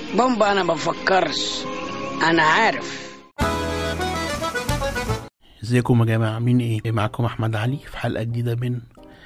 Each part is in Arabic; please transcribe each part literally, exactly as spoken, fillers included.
بومبا انا بفكرش، انا عارف. ازيكم يا جماعه، عاملين ايه؟ معاكم احمد علي في حلقه جديده من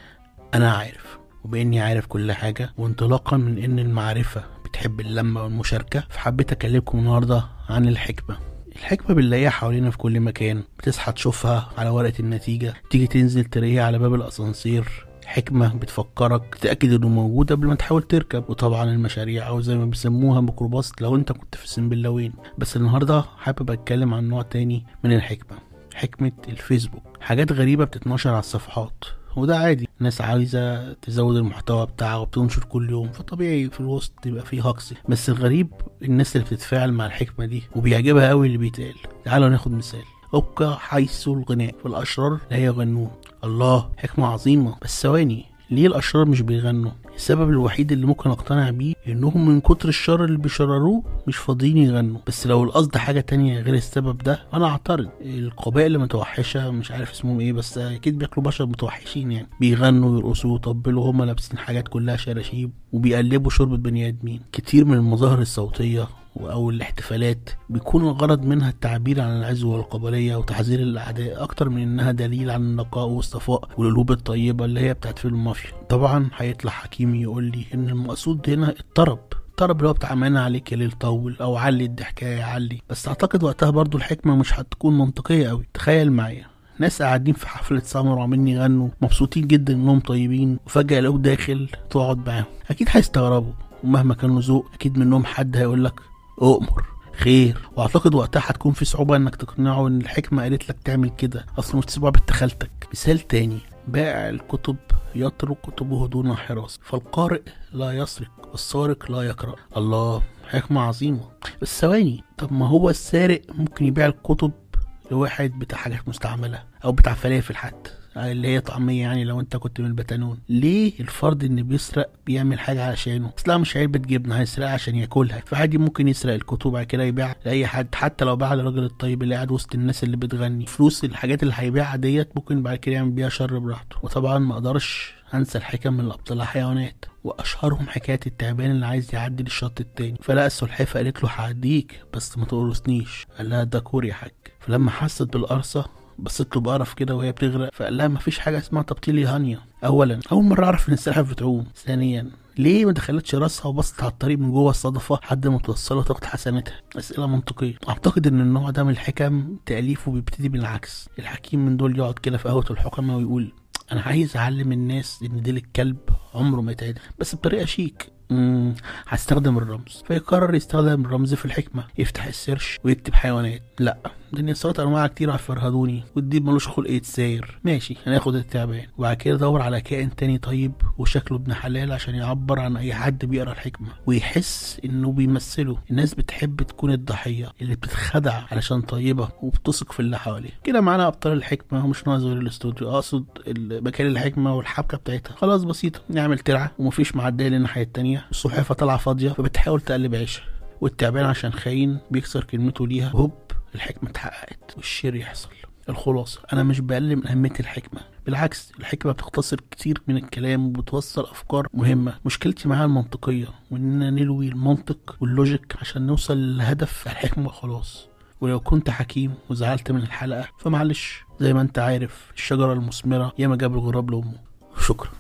انا عارف. وباني عارف كل حاجه، وانطلاقا من ان المعرفه بتحب اللمه والمشاركه، فحبيت اكلمكم النهارده عن الحكمه. الحكمة بنلاقيها حوالينا في كل مكان، بتصحى تشوفها على ورقة النتيجة، تيجي تنزل تلاقيها على باب الأسانسير. حكمة بتفكرك تتأكد انه موجود قبل ما تحاول تركب. وطبعا المشاريع او زي ما بيسموها ميكروباص لو انت كنت في السنبلاوين. بس النهاردة حابب اتكلم عن نوع تاني من الحكمة، حكمة الفيسبوك. حاجات غريبة بتتنشر على الصفحات، وده عادي، الناس عايزة تزود المحتوى بتاعها وبتنشر كل يوم، فطبيعي في الوسط يبقى فيه هكس. بس الغريب الناس اللي بتتفاعل مع الحكمة دي وبيعجبها قوي اللي بيتقال. تعالوا ناخد مثال. ابقى حيث الغناء فالاشرار لا يغنون. الله، حكمة عظيمة. بس ثواني، ليه الاشرار مش بيغنوا؟ السبب الوحيد اللي ممكن اقتنع بيه انهم من كتر الشر اللي بيشرروه مش فاضيين يغنوا. بس لو القصد حاجة تانية غير السبب ده انا اعترض. القبائل المتوحشة مش عارف اسمهم ايه، بس اكيد بياكلوا بشر متوحشين، يعني بيغنوا ويرقصوا ويطبلوا، هما لابسين حاجات كلها شراشيب وبيقلبوا شرب بني ادمين. كتير من المظاهر الصوتية او الاحتفالات بيكون الغرض منها التعبير عن العزوة والقبلية وتحذير الاعداء، اكتر من انها دليل عن النقاء والصفاء والقلوب الطيبة اللي هي بتاعت فيلم مافيا. طبعا هيطلع حكيم يقول لي ان المقصود هنا الطرب الطرب اللي هو بتاع عمانا عليك يا ليل طول، او علي الضحكايه علي. بس اعتقد وقتها برضو الحكمة مش هتكون منطقية قوي. تخيل معايا ناس قاعدين في حفلة سمر وعاملين يغنوا مبسوطين جدا انهم طيبين، وفجأة يلاقوك داخل تقعد معاهم. اكيد هيستغربوا، ومهما كانوا ذوق اكيد منهم حد هيقولك أؤمر خير. واعتقد وقتها هتكون في صعوبة انك تقنعه ان الحكمة قالت لك تعمل كده، اصلا مش تسيبها بنت خالتك. مثال تاني، بائع الكتب يترك كتبه دون حراسة، فالقارئ لا يسرق والسارق لا يقرأ. الله، حكمة عظيمة. بس ثواني، طب ما هو السارق ممكن يبيع الكتب لواحد بتاع حاجات مستعملة او بتاع فلافل حتى، اللي هي طعمية، يعني لو انت كنت من البتانون. ليه الفرد ان بيسرق بيعمل حاجة علشانه؟ اصلا مش علبة جبنة هيسرقها عشان ياكلها، فعادي ممكن يسرق الكتب بعد كده يبيع لاي حد، حتى لو باع للراجل الطيب اللي قاعد وسط الناس اللي بتغني. فلوس الحاجات اللي هيبيعها ديت ممكن بعد كده يعمل بيها شر براحته. وطبعا ما اقدرش انسى الحكم من الابطال حيوانات، واشهرهم حكايه التعبان اللي عايز يعدي للشط التاني، فلقى السلحفاه قالت له هعديك بس ما تقرصنيش. قال لها ده كور يا حاج. فلما حست بالقرصه بصيت له بقرف كده وهي بتغرق، فقال لها مفيش حاجه اسمها تبطيل يا هانيا. اولا اول مره اعرف ان السلحفاه بتعوم. ثانيا ليه ما دخلتش راسها وبصت على الطريق من جوه الصدفه لحد ما توصلها وتاخد حسناتها؟ اسئله منطقيه. اعتقد ان النوع ده من الحكم تاليفه بيبتدي بالعكس. الحكيم من دول يقعد كده في قهوه الحكماء ويقول انا عايز اعلم الناس ان ديل الكلب عمره ما يتعدل، بس بطريقه شيك. امم هستخدم الرمز. فيقرر يستخدم الرمز في الحكمه، يفتح السيرش ويكتب حيوانات. لا، دنيا صارت انواع كتير هيفرهدوني، والديب ملوش خلق يتساير. ماشي، هناخد التعبان وبعد كده ادور على كائن تاني طيب وشكله ابن حلال عشان يعبر عن اي حد بيقرا الحكمه ويحس انه بيمثله. الناس بتحب تكون الضحيه اللي بتتخدع علشان طيبه وبتثق في اللي حواليها. كده معانا ابطال الحكمه، ومش ناقص غير الاستوديو، اقصد مكان الحكمه والحبكه بتاعتها. خلاص بسيطه، نعمل ترعه ومفيش معديه للناحيه التانيه، السلحفاه طالعه فاضيه فبتحاول تقلب عيشها، والتعبان عشان خاين بيكسر كلمته ليها. هوب، الحكمة اتحققت والشير يحصل. الخلاصة، أنا مش بقلل من أهمية الحكمة، بالعكس الحكمة بتختصر كتير من الكلام وبتوصل أفكار مهمة. مشكلتي معاها المنطقية، وإننا نلوي المنطق واللوجيك عشان نوصل للهدف. الحكمة خلاص. ولو كنت حكيم وزعلت من الحلقة فمعلش، زي ما أنت عارف الشجرة المثمرة ياما جاب الغراب لأمه. شكرا.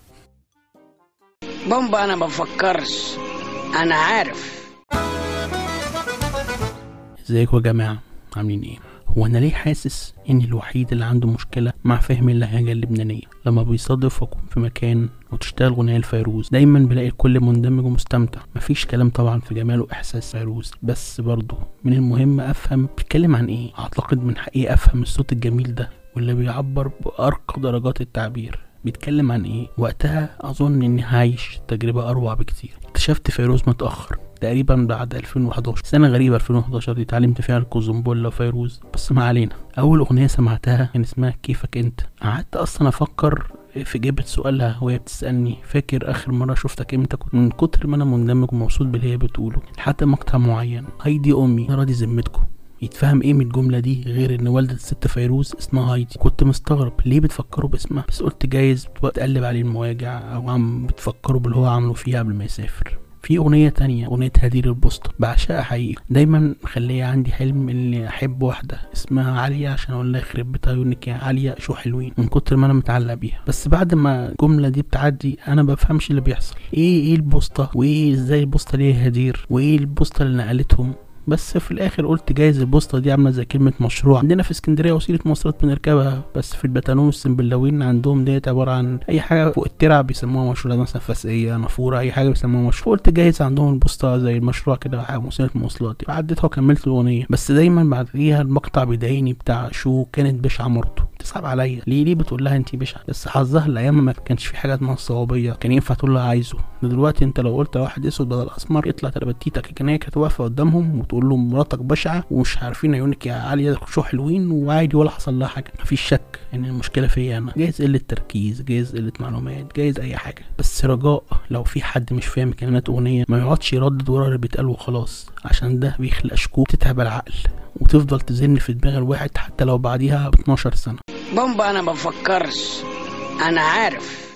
بومبا انا بفكرش، انا عارف. ازيكم يا جماعة، عاملين ايه؟ هو انا ليه حاسس اني الوحيد اللي عنده مشكلة مع فهم اللهجة اللبنانية؟ لما بيصادف واكون في مكان وتشتغل غنية الفيروز دايما بلاقي الكل مندمج ومستمتع. مفيش كلام طبعا في جمال واحساس فيروز، بس برضو من المهم افهم بيتكلم عن ايه. اعتقد من حقي افهم الصوت الجميل ده واللي بيعبر بارقى درجات التعبير بيتكلم عن ايه. وقتها اظن اني هعيش تجربة اروع بكتير. اكتشفت فيروز متأخر، تقريبا بعد ألفين وحداشر. سنة غريبة ألفين وحداشر دي، اتعلمت فيها الكوزمبولا وفيروز. بس ما علينا. اول اغنية سمعتها كان اسمها كيفك انت. قعدت اصلا افكر في اجابة سؤالها وهي بتسألني فاكر اخر مرة شفتك امتى؟ كنت من كتر ما انا مندمج ومبسوط باللي هي بتقوله لحد مقطع معين. هايدي امي، راضي ذمتكم. يتفهم ايه من الجملة دي غير ان والدة الست فيروز اسمها هايدي؟ كنت مستغرب ليه بتفكروا باسمها، بس قلت جايز بتقلب عليه المواجع او عم بتفكروا باللي هو عمله فيها قبل ما يسافر. في اغنيه تانية، اغنيه هدير البوسطه، بعشقها حقيقي. دايما مخليه عندي حلم اني احب واحده اسمها عاليه عشان اقول لها يخرب بيت عيونك يا عاليه شو حلوين، من كتر ما انا متعلق بيها. بس بعد ما الجمله دي بتعدي انا بفهمش اللي بيحصل. ايه ايه البوسطه، وايه ازاي البوسطه ليها هدير، وايه البوسطه اللي نقلتهم. بس في الاخر قلت جايز البوسطه دي عامله زي كلمه مشروع. عندنا في اسكندريه وسيله مواصلات بنركبها، بس في البتانون والسنبلاوين عندهم ديت عباره عن اي حاجه فوق الترع بيسموها مشروع، مثلا فسقيه نافوره اي حاجه بيسموها مشروع. قلت جايز عندهم البوسطه زي المشروع كده، حاجه وسيله مواصلات. فعديتها وكملت الاغنيه. بس دايما بعديها المقطع بيضايقني بتاع شو كانت بشعه مرته، تصعب عليا ليه ليه بتقول لها انت بشعه. بس حظها الايام ما كانش في حاجه اسمها الصوابيه، كان ينفع تقول لها عايزه. دلوقتي انت لو قلت لواحد اسود بدل اسمر يطلع تربتيتك، كان هي كانت واقفه قدامهم وتقول له مراتك بشعه ومش عارفين عيونك يا عاليه شو حلوين، وعادي ولا حصل لها حاجه. مفيش شك ان المشكله فيا انا، جايز قله تركيز، جايز قله معلومات، جايز اي حاجه. بس رجاء لو في حد مش فاهم كلمات اغنيه ما يقعدش يردد ورا اللي بيتقال وخلاص، عشان ده بيخلق شكوك تتعب العقل وتفضل تزن في دماغ الواحد حتى لو بعديها ب اتناشر سنه. بومبا انا بفكرش، انا عارف.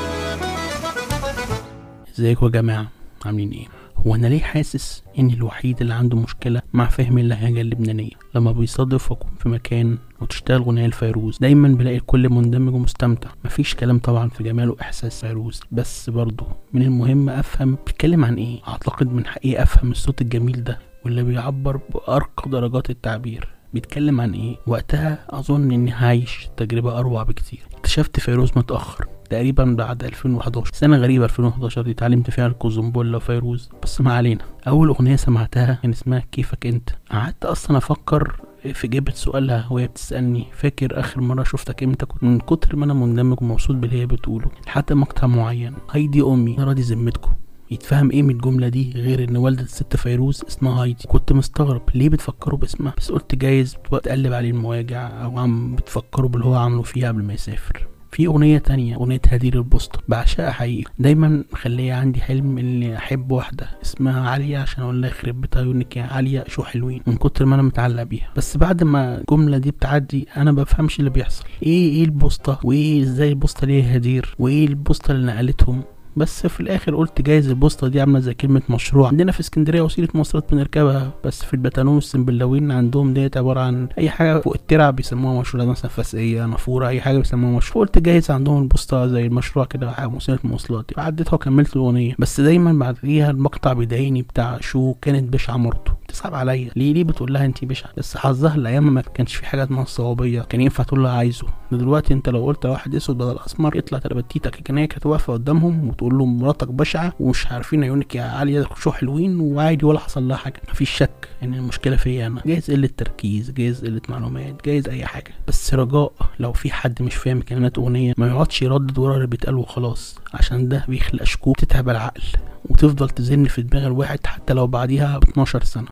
ازيكم يا جماعه، عاملين ايه؟ هو انا ليه حاسس اني الوحيد اللي عنده مشكله مع فهم اللهجه اللبنانيه؟ لما بيصادف اكون في مكان وتشتغل اغنيه لفيروز دايما بلاقي الكل مندمج ومستمتع. مفيش كلام طبعا في جمال واحساس فيروز، بس برضه من المهم افهم بتتكلم عن ايه. اعتقد من حقي افهم الصوت الجميل ده واللي بيعبر بارقى درجات التعبير بيتكلم عن ايه. وقتها اظن اني عايش تجربه اروع بكتير. اكتشفت فيروز متاخر تقريبا بعد ألفين وحداشر، سنه غريبه. ألفين وحداشر دي اتعلمت فيها الكوزمبولا وفيروز، بس ما علينا. اول اغنيه سمعتها كان اسمها كيفك انت. قعدت اصلا افكر في اجابه سؤالها وهي بتسالني فاكر اخر مره شفتك امتى، كنت من كتر ما انا مندمج ومبسوط باللي هي بتقوله. لحد مقطع معين، هايدي امي راضي ذمتكم، يتفهم ايه من الجمله دي غير ان والده الست فيروز اسمها هايدي. كنت مستغرب ليه بتفكروا باسمها، بس قلت جايز بتقلب عليه المواجع او عم بتفكروا باللي هو عامله فيها قبل ما يسافر. في اغنيه تانية، اغنيه هدير البوسطه، بعشقها حقيقي. دايما مخليه عندي حلم اني احب واحده اسمها عاليه عشان اقول لها يخرب بيت عيونك يا عاليه شو حلوين، من كتر ما انا متعلق بيها. بس بعد ما الجمله دي بتعدي انا بفهمش اللي بيحصل. ايه ايه البوسطه، وايه ازاي البوسطه ليها هدير، وايه البوسطه اللي نقلتهم. بس في الاخر قلت جايز البوسطه دي عامله زي كلمه مشروع. عندنا في اسكندريه وسيله مواصلات بنركبها، بس في البتانون والسنبلاوين عندهم ديت عباره عن اي حاجه فوق الترع بيسموها مشروع، مثلا فسقيه نافوره اي حاجه بيسموها مشروع. قلت جايز عندهم البوسطه زي المشروع كده، حاجه وسيله مواصلات. فعديتها وكملت الاغنيه. بس دايما بعديها المقطع بيضايقني بتاع شو كانت بشعه مرته، تصعب عليا ليه ليه بتقول لها انت بشعه. بس حظها الايام ما كانش في حاجه اسمها الصوابيه، كان ينفع تقول لها عايزه. دلوقتي انت لو قلت لواحد اسود بدل اسمر يطلع تربتيتك، كان هي كانت واقفه قدامهم وتقول له مراتك بشعه ومش عارفين عيونك يا عاليه شو حلوين، وعادي ولا حصل لها حاجه. مفيش شك ان المشكله فيا انا، جايز قله تركيز، جايز قله معلومات، جايز اي حاجه. بس رجاء لو في حد مش فاهم كلمات اغنيه ما يقعدش يردد ورا اللي بيتقال وخلاص، عشان ده بيخلق شكوك تتعب العقل وتفضل تزن في دماغ الواحد حتى لو بعديها ب اتناشر سنه.